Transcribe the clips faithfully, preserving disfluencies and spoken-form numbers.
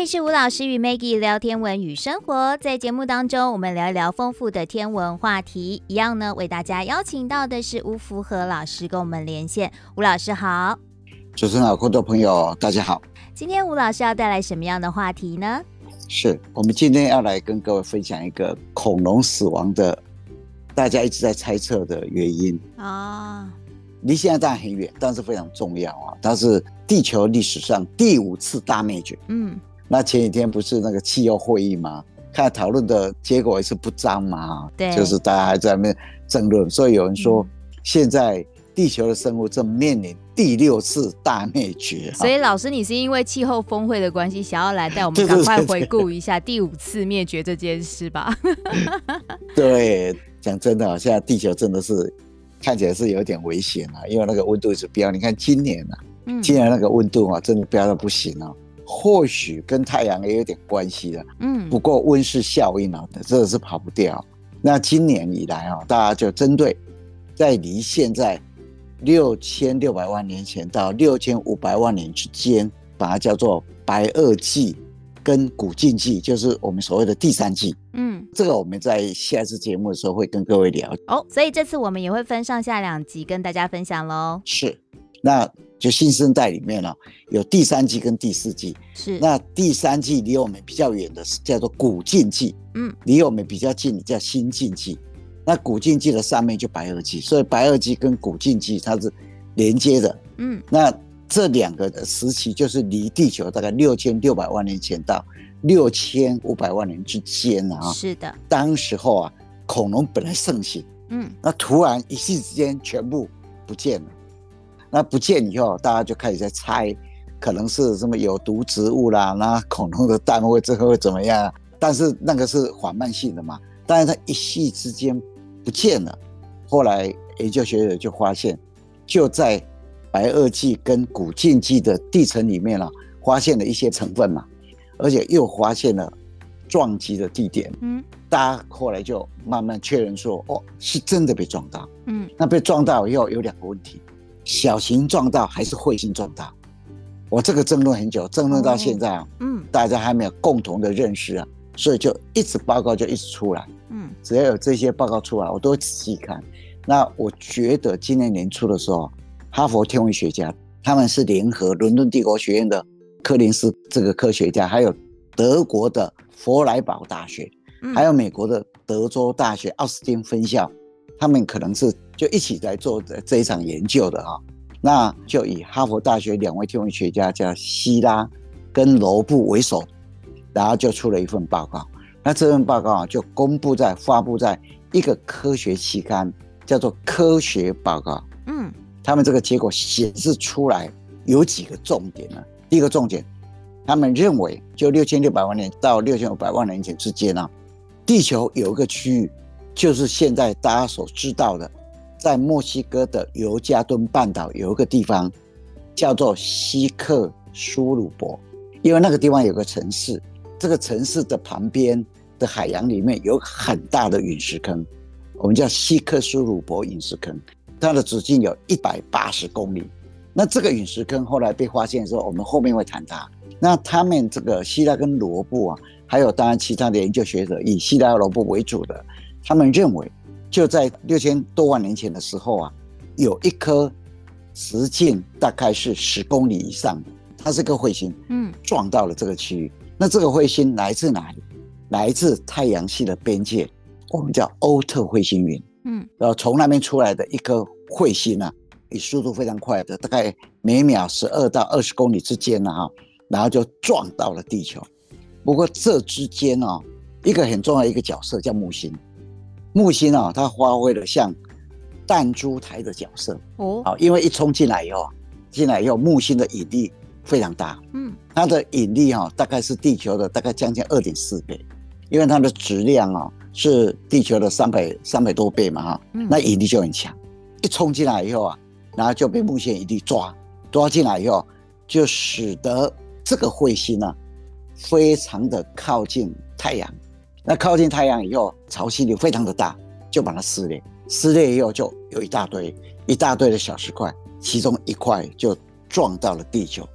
里是吴老师与 Maggie 聊天文与生活，在节目当中我们聊一聊丰富的天文话题，一样呢为大家邀请到的是吴福和老师跟我们连线。吴老师好。 主持人好，观众朋友大家好。 今天吴老师要带来什么样的话题呢？ 是我们今天要来跟各位分享一个恐龙死亡的大家一直在猜测的原因啊，离现在当然很远，但是非常重要啊。它是地球历史上第五次大灭绝。嗯，那前几天不是那个气候会议吗？看讨论的结果也是不彰嘛，对，就是大家还在那边争论，所以有人说、嗯、现在地球的生物正面临第六次大灭绝。 所以老师你是因为气候峰会的关系想要来带我们赶快回顾一下第五次灭绝这件事吧。 对，讲真的，现在地球真的是看起来是有点危险啊，因为那个温度一直飙，你看今年啊、嗯、今年那个温度啊真的飙到不行啊，或许跟太阳也有点关系的，嗯，不过温室效应啊真的是跑不掉。那今年以来啊，大家就针对在离现在六千六百万年前到六千五百万年之间，把它叫做白垩纪跟古近纪，就是我们所谓的第三纪。嗯，这个我们在下一次节目的时候会跟各位聊哦，所以这次我们也会分上下两集跟大家分享咯。 是，那就新生代里面呢、哦、有第三纪跟第四纪。是，那第三纪离我们比较远的是叫做古近纪，嗯，离我们比较近的叫新近纪。那古近纪的上面就白垩纪，所以白垩纪跟古近纪它是连接的。嗯，那这两个时期就是离地球大概六千六百万年前到六千五百万年之间啊。 是的， 当时候啊，恐龙本来盛行，嗯，那突然一夕之间全部不见了。那不见以后，大家就开始在猜，可能是什么有毒植物啦，那恐龙的蛋会最后会怎么样、啊？但是那个是缓慢性的嘛，但是它一夕之间不见了。后来研究学者就发现，就在白垩纪跟古近纪的地层里面、啊、发现了一些成分嘛，而且又发现了撞击的地点。嗯，大家后来就慢慢确认说，哦，是真的被撞到。嗯，那被撞到以后有两个问题：小型撞到还是彗星撞到？我这个争论很久，争论到现在、啊，嗯，大家还没有共同的认识啊，所以就一直报告就一直出来。嗯，只要有这些报告出来，我都会仔细看。那我觉得今年年初的时候，哈佛天文学家他们是联合伦敦帝国学院的柯林斯这个科学家，还有德国的佛莱堡大学、嗯、还有美国的德州大学奥斯汀分校，他们可能是就一起在做这一场研究的啊。那就以哈佛大学两位天文学家叫希拉跟罗布为首，然后就出了一份报告。那这份报告、啊、就公布在发布在一个科学期刊，叫做科学报告。嗯，他们这个结果显示出来有几个重点呢？第一个重点，他们认为就六千六百万年到六千五百万年前之间啊，地球有一个区域，就是现在大家所知道的，在墨西哥的尤加敦半岛有一个地方叫做西克苏鲁伯，因为那个地方有个城市，这个城市的旁边的海洋里面有很大的陨石坑，我们叫西克苏鲁伯陨石坑，它的直径有一百八十公里。那这个陨石坑后来被发现的时候，我们后面会谈它。那他们这个希拉跟罗布啊，还有当然其他的研究学者，以希拉和罗布为主的，他们认为就在六千多万年前的时候啊，有一颗直径大概是十公里以上的，它是个彗星，嗯，撞到了这个区域。那这个彗星来自哪里？来自太阳系的边界，我们叫欧特彗星云。嗯，然后从那边出来的一颗彗星啊，以速度非常快的，大概每秒十二到二十公里之间啊，然后就撞到了地球。不过这之间啊，一个很重要的一个角色叫木星。木星啊，它发挥了像弹珠台的角色哦，因为一冲进来以后，进来以后木星的引力非常大，嗯，它的引力啊大概是地球的大概将近 二点四倍，因为它的质量啊是地球的三百三百多倍嘛哈，那引力就很强。一冲进来以后啊，然后就被木星引力抓抓进来以后，就使得这个彗星啊非常的靠近太阳。那靠近太阳以后，潮汐力非常的大，就把它撕裂。撕裂以后就有一大堆一大堆的小石块，其中一块就撞到了地球。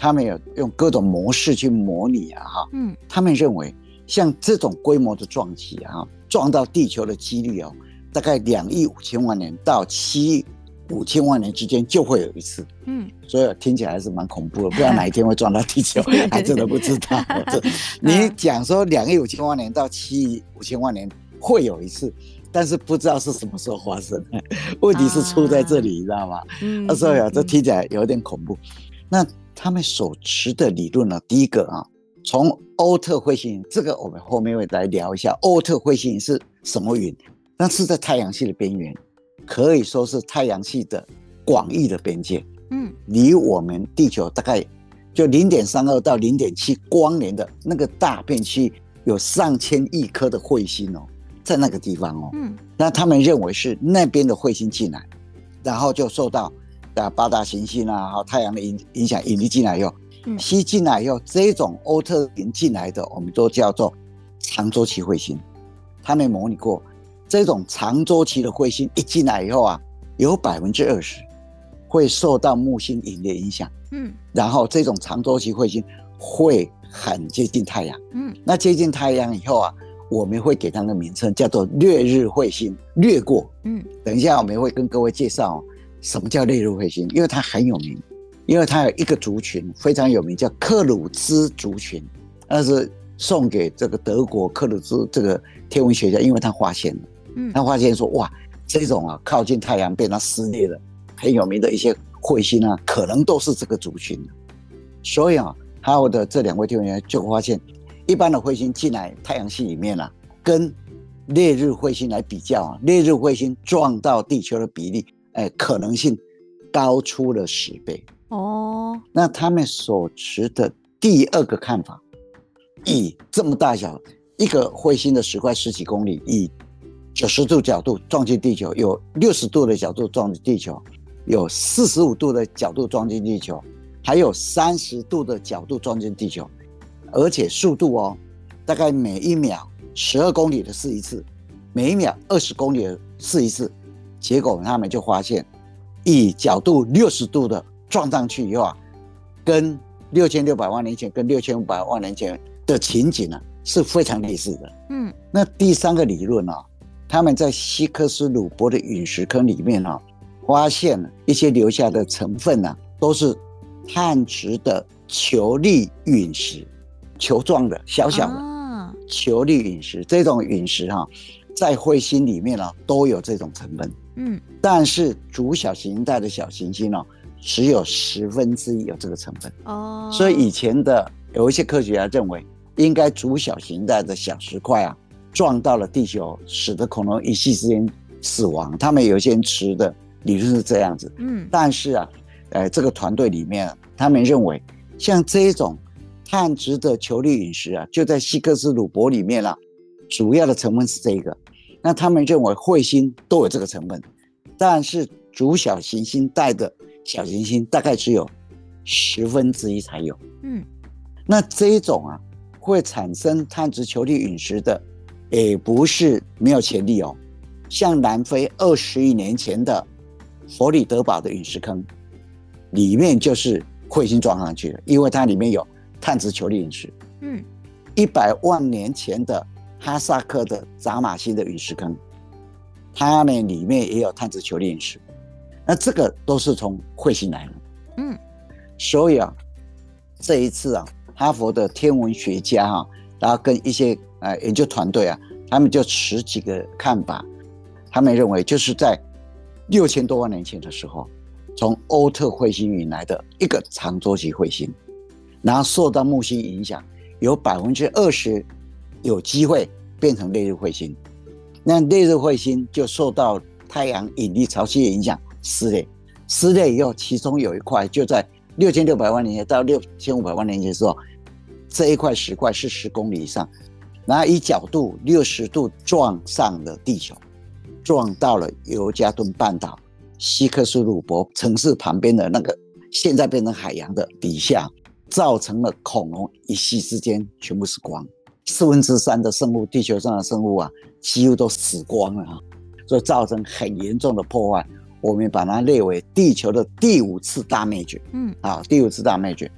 他们有用各种模式去模拟啊哈， 嗯， 他们认为像这种规模的撞击啊，撞到地球的几率哦，大概两亿五千万年到七亿五千万年之间就会有一次， 嗯， 所以听起来还是蛮恐怖的，不知道哪一天会撞到地球，还真的不知道。你讲说两亿五千万年到七亿五千万年会有一次，但是不知道是什么时候发生，问题是出在这里，啊、你知道吗？嗯，啊、所以啊，这听起来有点恐怖。那他们手持的理论呢？第一个啊，从欧特彗星，这个我们后面会来聊一下，欧特彗星是什么云？那是在太阳系的边缘，可以说是太阳系的广义的边界。嗯，离我们地球大概就 零点三二 到 零点七 光年的那个大片区，有上千亿颗的彗星哦，在那个地方哦。嗯，那他们认为是那边的彗星进来，然后就受到啊八大行星啊，还有太阳的影影响引力进来以后，嗯，吸进来以后，这种欧特云进来的，我们都叫做长周期彗星。他们模拟过，这种长周期的彗星一进来以后啊，有百分之二十会受到木星引力的影响。嗯，然后这种长周期彗星会很接近太阳。嗯，那接近太阳以后啊，我们会给它的名称叫做掠日彗星，掠过。嗯，等一下我们会跟各位介绍、哦、什么叫掠日彗星，因为它很有名，因为它有一个族群非常有名，叫克鲁兹族群，那是送给这个德国克鲁兹这个天文学家，因为他发现了，嗯，他发现说哇，这种啊靠近太阳被它撕裂的很有名的一些彗星啊，可能都是这个族群。所以啊，哈佛的这两位天文学家就发现，一般的彗星进来太阳系里面啊，跟烈日彗星来比较啊，烈日彗星撞到地球的比例，哎，可能性高出了十倍。哦，那他们所持的第二个看法，以这么大小一个彗星的十块十几公里，以九十度角度撞进地球，有六十度的角度撞进地球，有四十五度的角度撞进地球，还有三十度的角度撞进地球，而且速度哦，大概每一秒十二公里的试一次，每一秒二十公里的试一次。结果他们就发现，以角度六十度的撞上去以后啊，跟六千六百万年前跟六千五百万年前的情景啊是非常类似的。嗯，那第三个理论啊，他们在希克斯鲁伯的陨石坑里面啊，发现一些留下的成分啊，都是碳质的球粒陨石，球状的小小的、啊、球粒陨石。这种陨石啊，在彗星里面啊都有这种成分。嗯，但是主小行星带的小行星哦，只有十分之一有这个成分。哦，所以以前的有一些科学家认为，应该主小行星带的小石块啊撞到了地球，使得恐龙一夕之间死亡。他们有一些人持的理论是这样子。嗯，但是啊，呃，这个团队里面、啊，他们认为，像这种碳质的球粒陨石啊，就在希克斯鲁伯里面啊，主要的成分是这个。那他们认为彗星都有这个成分，但是主小行星带的小行星大概只有十分之一才有。嗯，那这一种啊会产生碳质球粒陨石的，也不是没有潜力哦。像南非二十亿年前的佛里德堡的陨石坑，里面就是彗星撞上去的，因为它里面有碳质球粒陨石。嗯，一百万年前的哈萨克的扎马星的陨石坑，它们里面也有碳质球粒陨石，那这个都是从彗星来的。嗯，所以啊，这一次啊，哈佛的天文学家啊，然后跟一些呃研究团队啊，他们就持几个看法，他们认为就是在六千多万年前的时候，从欧特彗星引来的一个长周期彗星，然后受到木星影响，有百分之二十。有机会变成烈日彗星，那烈日彗星就受到太阳引力潮汐的影响撕裂，撕裂以后，其中有一块就在六千六百万年前到六千五百万年前的时候，这一块石块是十公里以上，然后以角度六十度撞上了地球，撞到了尤加敦半岛希克斯鲁伯城市旁边的那个现在变成海洋的底下，造成了恐龙一夕之间全部死光。四分之三的生物，地球上的生物啊，几乎都死光了啊，所以造成很严重的破坏。我们把它列为地球的第五次大灭绝。嗯，啊，第五次大灭绝。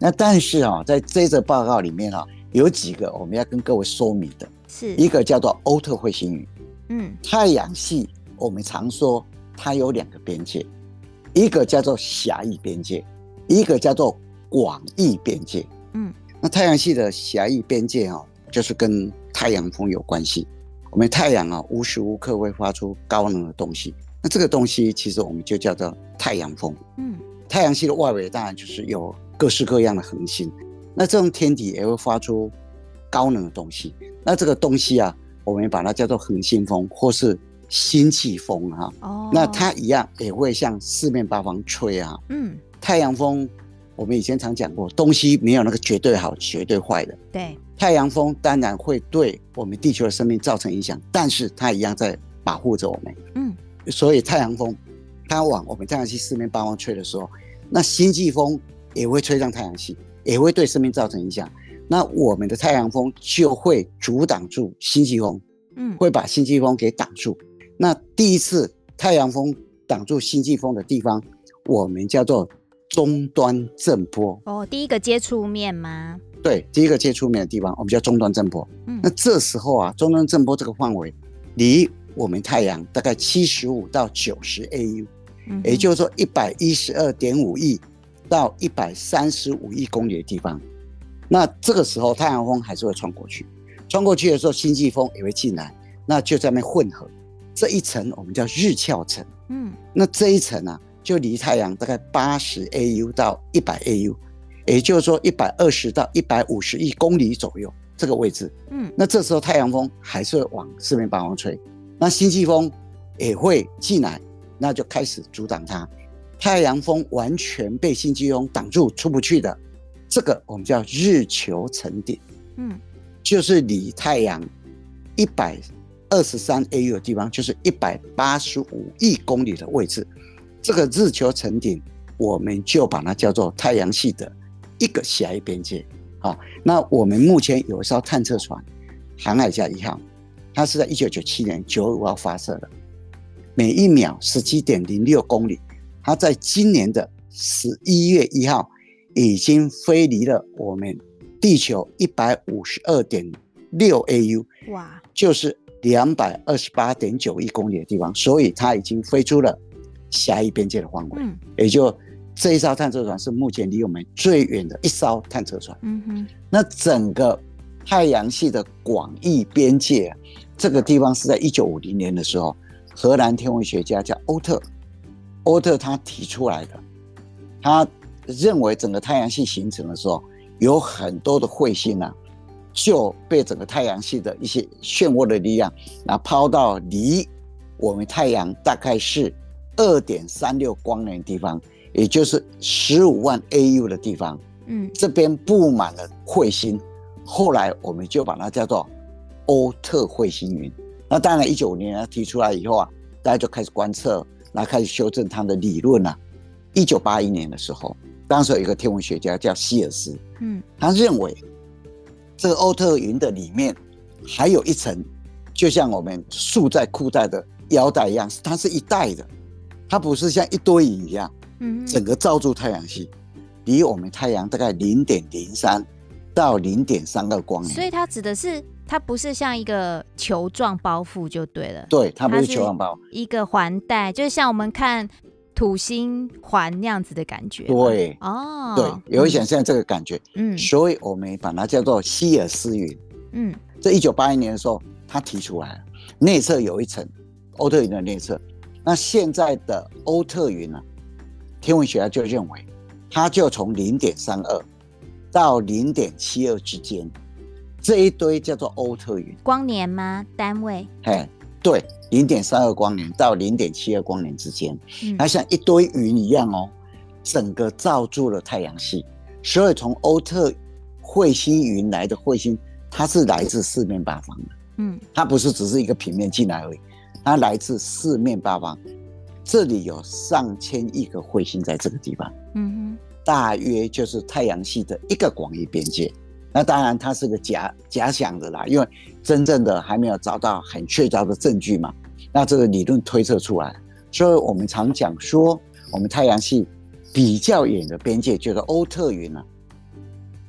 那但是啊，在这则报告里面啊，有几个我们要跟各位说明的， 是一个叫做欧特彗星云。 嗯， 太阳系我们常说它有两个边界，一个叫做狭义边界，一个叫做广义边界。 嗯， 那太阳系的狭义边界啊，就是跟太阳风有关系。我们太阳啊，无时无刻会发出高能的东西，那这个东西其实我们就叫做太阳风。 嗯， 太阳系的外围当然就是有各式各样的恒星，那这种天体也会发出高能的东西。那这个东西啊，我们把它叫做恒星风或是星际风啊。 哦， 那它一样也会向四面八方吹啊。 嗯， 太阳风我们以前常讲过，东西没有那个绝对好绝对坏的。 对， 太阳风当然会对我们地球的生命造成影响，但是它一样在保护着我们。 嗯， 所以太阳风它往我们太阳系四面八方吹的时候，那星际风也会吹向太阳系，也会对生命造成影响。那我们的太阳风就会阻挡住星际风， 嗯， 会把星际风给挡住。那第一次太阳风挡住星际风的地方，我们叫做终端震波。 哦，第一个接触面吗？ 对，第一个接触面的地方我们叫终端震波。嗯，那这时候啊，终端震波这个范围离我们太阳大概七十五到九十 A U，嗯，也就是说一百一十二点五亿到一百三十五亿公里的地方。那这个时候太阳风还是会穿过去，穿过去的时候星际风也会进来，那就在那边混合。这一层我们叫日鞘层。嗯，那这一层啊，就离太阳大概八十 A U 到一百 A U， 也就是说一百二十到一百五十亿公里左右这个位置。嗯，那这时候太阳风还是会往四面八方吹，那星际风也会进来，那就开始阻挡它。太阳风完全被星际风挡住出不去的，这个我们叫日球层顶。嗯，就是离太阳一百二十三 A U 的地方，就是一百八十五亿公里的位置。这个日球层顶我们就把它叫做太阳系的一个狭义边界。好，那我们目前有一艘探测船航海家一号，它是在一九九七年九月五号发射的，每一秒 十七点零六公里。它在今年的十一月一号已经飞离了我们地球 一百五十二点六 A U， 哇，就是两百二十八点九亿公里的地方，所以它已经飞出了狭义边界的范围。嗯，也就这一艘探测船是目前离我们最远的一艘探测船。嗯哼，那整个太阳系的广义边界，啊，这个地方是在一九五零年的时候，荷兰天文学家叫欧特，欧特他提出来的。他认为整个太阳系形成的时候，有很多的彗星啊，就被整个太阳系的一些漩涡的力量，然后抛到离我们太阳大概是 二点三六光年的地方，也就是十五万 A U 的地方。嗯，这边布满了彗星，后来我们就把它叫做欧特彗星云。那当然一九五零年提出来以后啊，大家就开始观测，然后开始修正他的理论啊。一九八一年的时候，当时有一个天文学家叫希尔斯，嗯，他认为这个欧特云的里面还有一层，就像我们束在裤带的腰带一样，它是一带的，它不是像一堆云一样，嗯，整个罩住太阳系，离我们太阳大概 零点零三到 零点三二光年。 所以它指的是它不是像一个球状包覆就对了。 对，它不是球状包， 一个环带，就是像我们看土星环那样子的感觉。 对， 哦， 对，有一点像这个感觉。嗯，所以我们把它叫做希尔斯云。嗯，这一九八一年的时候，他提出来了，内侧有一层欧特云的内侧。那现在的欧特云呢，天文学家就认为，它就从 零点三二到 零点七二之间，这一堆叫做欧特云。 光年吗？单位？ 嘿，对。零点三二光年到 零点七二光年之间，它像一堆云一样哦，整个罩住了太阳系。所以从欧特彗星云来的彗星，它是来自四面八方的。嗯，它不是只是一个平面进来而已，它来自四面八方。这里有上千亿个彗星在这个地方，嗯哼，大约就是太阳系的一个广义边界。那当然它是个假假想的啦，因为真正的还没有找到很确凿的证据嘛。那这个理论推测出来，所以我们常讲说，我们太阳系比较远的边界就是欧特云啊，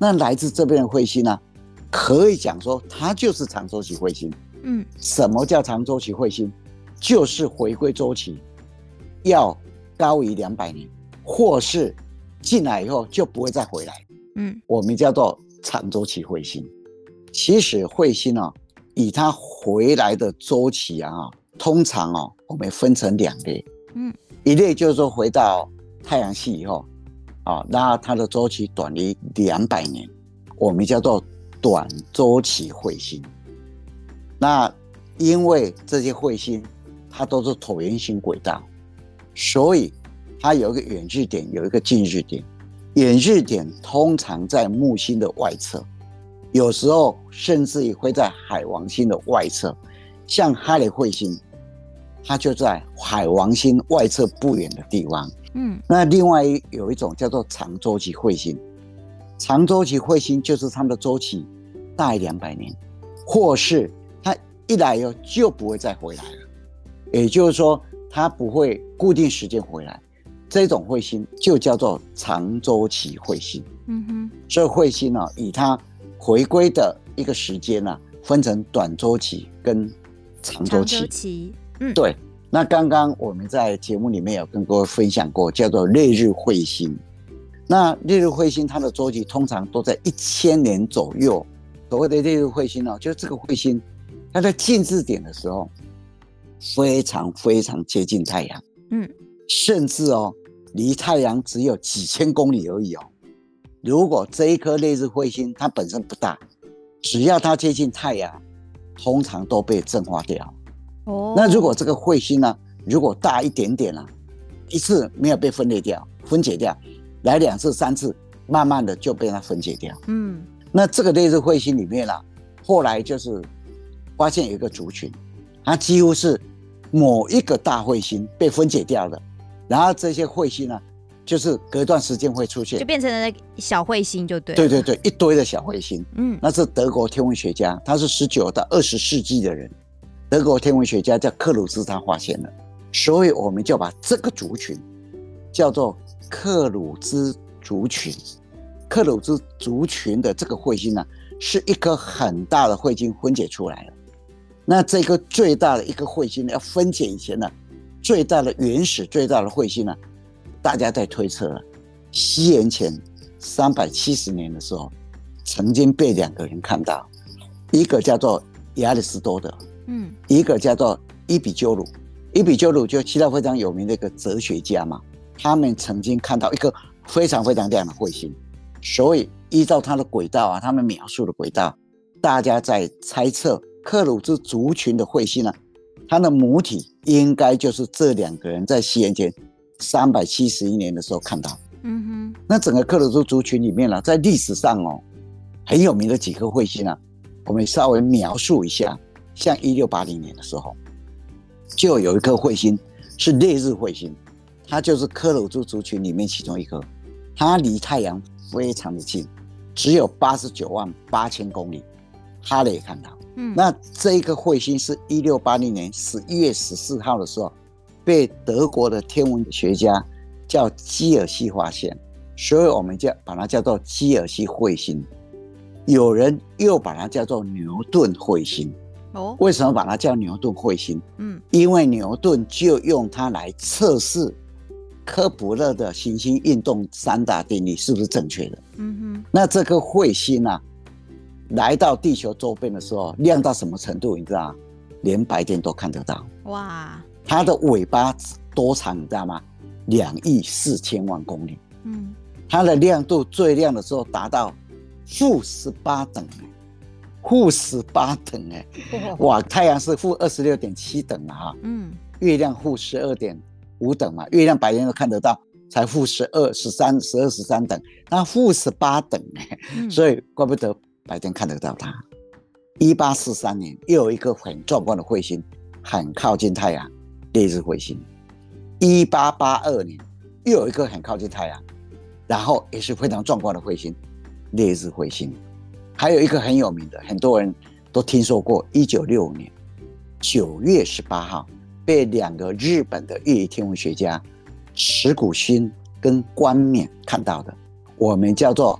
那来自这边的彗星呢，可以讲说它就是长周期彗星。嗯，什么叫长周期彗星？就是回归周期要高于两百年，或是进来以后就不会再回来。嗯，我们叫做长周期彗星。其实彗星啊，以它回来的周期啊，通常哦，我们分成两类。嗯，一类就是说回到太阳系以后啊，那它的周期短于两百年，我们叫做短周期彗星。那因为这些彗星它都是椭圆形轨道，所以它有一个远日点，有一个近日点。远日点通常在木星的外侧，有时候甚至于会在海王星的外侧。像哈雷彗星，它就在海王星外侧不远的地方。嗯，那另外有一种叫做长周期彗星，长周期彗星就是它们的周期大于两百年，或是它一来以后就不会再回来了，也就是说它不会固定时间回来，这种彗星就叫做长周期彗星。嗯哼，所以彗星呢、啊，以它回归的一个时间呢、啊，分成短周期跟长周期。 长周期，嗯， 对。那刚刚我们在节目里面有跟各位分享过，叫做烈日彗星。那烈日彗星它的周期通常都在一千年左右。所谓的烈日彗星呢、哦，就是这个彗星它在近日点的时候，非常非常接近太阳，嗯，甚至哦，离太阳只有几千公里而已哦。如果这一颗烈日彗星它本身不大，只要它接近太阳，通常都被蒸发掉。哦，那如果这个彗星呢，如果大一点点啊，一次没有被分裂掉、分解掉，来两次、三次，慢慢的就被它分解掉。嗯，那这个烈日彗星里面啊，后来就是发现有一个族群，它几乎是某一个大彗星被分解掉了，然后这些彗星呢，就是隔一段时间会出现， 就变成了小彗星，就对了。 对对对，一堆的小彗星。嗯，那是德国天文学家，他是十九到二十世纪的人，德国天文学家叫克鲁兹，他发现了，所以我们就把这个族群叫做克鲁兹族群。克鲁兹族群的这个彗星呢，是一颗很大的彗星分解出来了。那这个最大的一个彗星要分解以前呢，最大的原始最大的彗星呢，大家在推测了，西元前三百七十年的时候，曾经被两个人看到，一个叫做亚里士多德，嗯，一个叫做伊比鸠鲁。伊比鸠鲁就希腊非常有名的一个哲学家嘛，他们曾经看到一个非常非常亮的彗星，所以依照它的轨道啊，他们描述的轨道，大家在猜测克鲁兹族群的彗星呢，它的母体应该就是这两个人在西元前三百七十一年的时候看到。嗯哼，那整个克鲁兹族群里面呢、啊，在历史上哦很有名的几颗彗星啊，我们稍微描述一下。像一六八零年的时候，就有一颗彗星是烈日彗星，它就是克鲁兹族群里面其中一颗，它离太阳非常的近，只有八十九万八千公里，哈雷也看到。嗯，那这个彗星是一六八零年十一月十四号的时候，被德国的天文学家叫基尔希发现，所以我们叫把它叫做基尔希彗星。有人又把它叫做牛顿彗星。哦，为什么把它叫牛顿彗星？嗯，因为牛顿就用它来测试科普勒的行星运动三大定律是不是正确的。嗯哼，那这颗彗星啊，来到地球周边的时候，亮到什么程度？你知道吗？连白天都看得到。哇！它的尾巴多长？你知道吗？两亿四千万公里。嗯，它的亮度最亮的时候达到负十八等。负十八等哎，哇！太阳是负二十六点七等啊，哈，嗯，月亮负十二点五等嘛，月亮白天都看得到，才负十二、十三、十二、十三等，那负十八等哎，嗯，所以怪不得白天看得到它。一八四三年又有一个很壮观的彗星，很靠近太阳，烈日彗星。一八八二年又有一个很靠近太阳，然后也是非常壮观的彗星，烈日彗星。还有一个很有名的，很多人都听说过，一九六五年九月十八号被两个日本的月天文学家池谷勋跟关冕看到的，我们叫做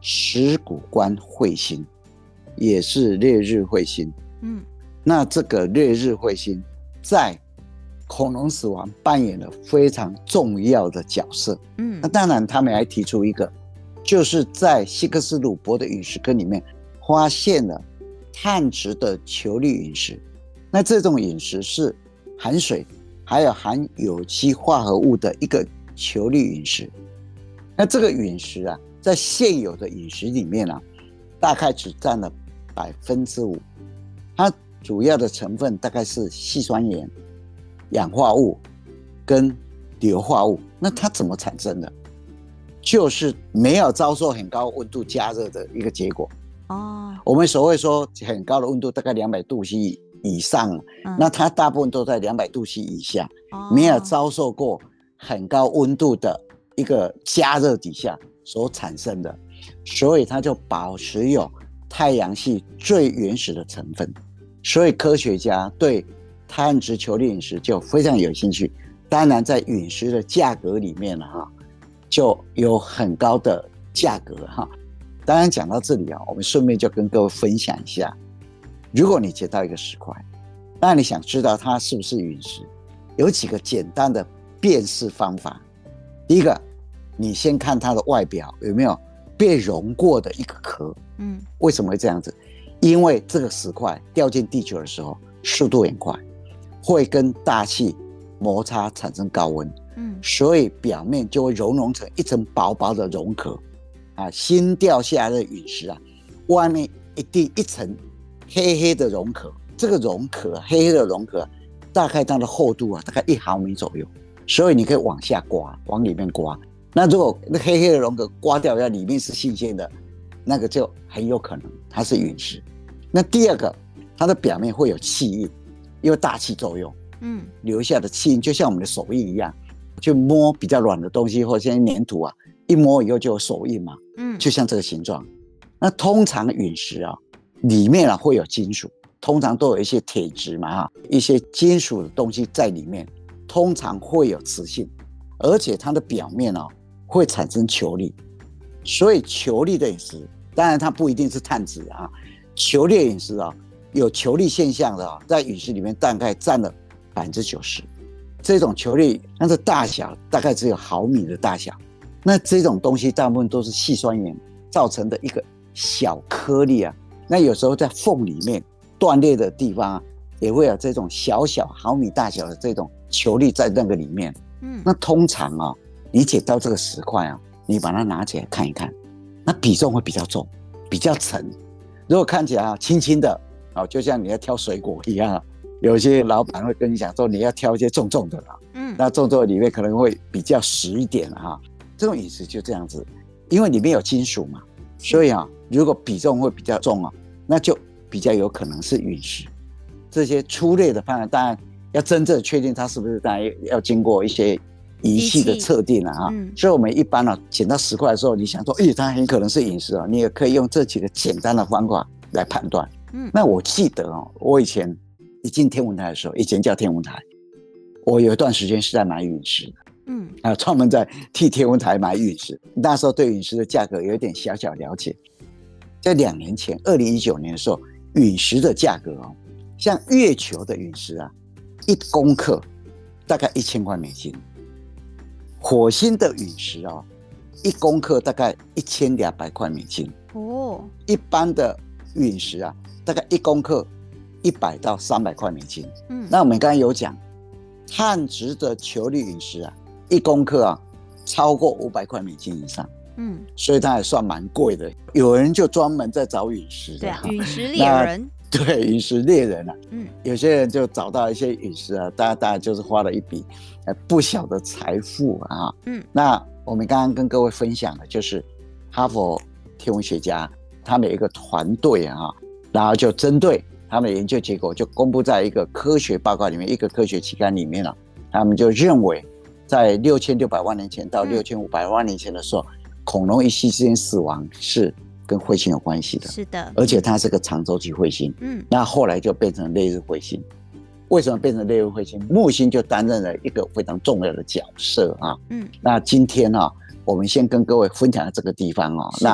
石鼓关彗星，也是烈日彗星。嗯，那这个烈日彗星在恐龙死亡扮演了非常重要的角色。嗯，那当然他们还提出一个，就是在希克斯鲁伯的陨石坑里面发现了碳质的球粒陨石。那这种陨石是含水还有含有机化合物的一个球粒陨石。那这个陨石啊，在现有的陨石里面啊，大概只占了百分之五。它主要的成分大概是细酸盐、氧化物跟硫化物。那它怎么产生的？就是没有遭受很高温度加热的一个结果。哦，我们所谓说很高的温度，大概两百度 C 以上，嗯，那它大部分都在两百度 C 以下，哦，没有遭受过很高温度的一个加热底下所产生的，所以它就保持有太阳系最原始的成分。所以科学家对碳质球粒陨石就非常有兴趣，当然在陨石的价格里面哈，就有很高的价格哈。当然讲到这里啊，我们顺便就跟各位分享一下，如果你捡到一个石块，那你想知道它是不是陨石，有几个简单的辨识方法。第一个，你先看它的外表有没有被熔过的一个壳。嗯，为什么会这样子？因为这个石块掉进地球的时候速度很快，会跟大气摩擦产生高温，嗯，所以表面就会熔融成一层薄薄的熔壳啊。新掉下来的陨石啊，外面一定一层黑黑的熔壳，这个熔壳黑黑的熔壳大概它的厚度啊大概一毫米左右，所以你可以往下刮，往里面刮。那如果那黑黑的熔壳刮掉要里面是新鲜的，那个就很有可能它是陨石。那第二个，它的表面会有气印，因为大气作用，嗯，留下的气印就像我们的手印一样，就摸比较软的东西或者像粘土啊，一摸以后就有手印嘛，嗯，就像这个形状。那通常陨石啊，里面啊会有金属，通常都有一些铁质嘛，一些金属的东西在里面，通常会有磁性，而且它的表面啊会产生球粒，所以球粒的陨石，当然它不一定是碳质啊。球粒陨石啊，有球粒现象的啊，在陨石里面大概占了百分之九十。这种球粒，它的大小大概只有毫米的大小。那这种东西大部分都是细酸盐造成的一个小颗粒啊。那有时候在缝里面断裂的地方啊，也会有这种小小毫米大小的这种球粒在那个里面。嗯，那通常啊，你捡到这个石块啊，你把它拿起来看一看，那比重会比较重，比较沉。如果看起来啊轻轻的，就像你要挑水果一样，有些老板会跟你讲说你要挑一些重重的啦，嗯，那重重的里面可能会比较实一点哈。这种陨石就这样子，因为里面有金属嘛，所以啊，如果比重会比较重啊，那就比较有可能是陨石。这些粗略的判断，当然要真正确定它是不是，当然要经过一些仪器的测定啊，嗯，所以我们一般啊捡到石块的时候，你想说，咦，它很可能是陨石啊，你也可以用这几个简单的方法来判断。嗯，那我记得哦，我以前一进天文台的时候，以前叫天文台，我有一段时间是在买陨石的，嗯，啊，专门在替天文台买陨石。那时候对陨石的价格有一点小小了解。在两年前，二零一九年的时候，陨石的价格哦，像月球的陨石啊，一公克大概一千块美金。火星的陨石啊，一公克大概一千两百块美金哦。一般的陨石啊，大概一公克一百到三百块美金。嗯，那我们刚才有讲，碳质的球粒陨石啊，一公克啊超过五百块美金以上。嗯，所以它也算蛮贵的。有人就专门在找陨石， 对啊，陨石猎人。 对，陨石猎人啊，嗯，有些人就找到一些陨石啊，大家大家就是花了一笔呃不小的财富啊，嗯，那我们刚刚跟各位分享的就是哈佛天文学家他们有一个团队啊，然后就针对他们的研究结果就公布在一个科学报告里面，一个科学期刊里面了，他们就认为在六千六百万年前到六千五百万年前的时候，嗯，恐龙一夕之间死亡是跟彗星有关系的， 是的， 而且它是个长周期彗星，嗯，那后来就变成烈日彗星。为什么变成烈日彗星？木星就担任了一个非常重要的角色啊，嗯，那今天啊，我们先跟各位分享到这个地方哦。那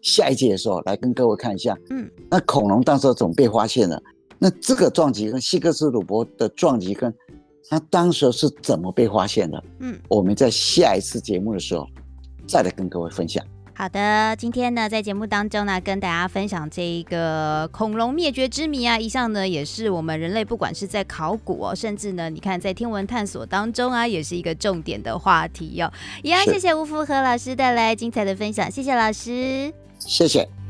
下一节的时候来跟各位看一下，嗯，那恐龙当时怎么被发现的？那这个撞击坑，希克斯鲁伯的撞击坑，它当时是怎么被发现的？嗯，我们在下一次节目的时候再来跟各位分享。 好的，今天呢，在节目当中呢，跟大家分享这一个恐龙灭绝之谜啊，一向呢也是我们人类不管是在考古哦，甚至呢，你看在天文探索当中啊，也是一个重点的话题哦。一样，谢谢吴福和老师带来精彩的分享，谢谢老师， 谢谢。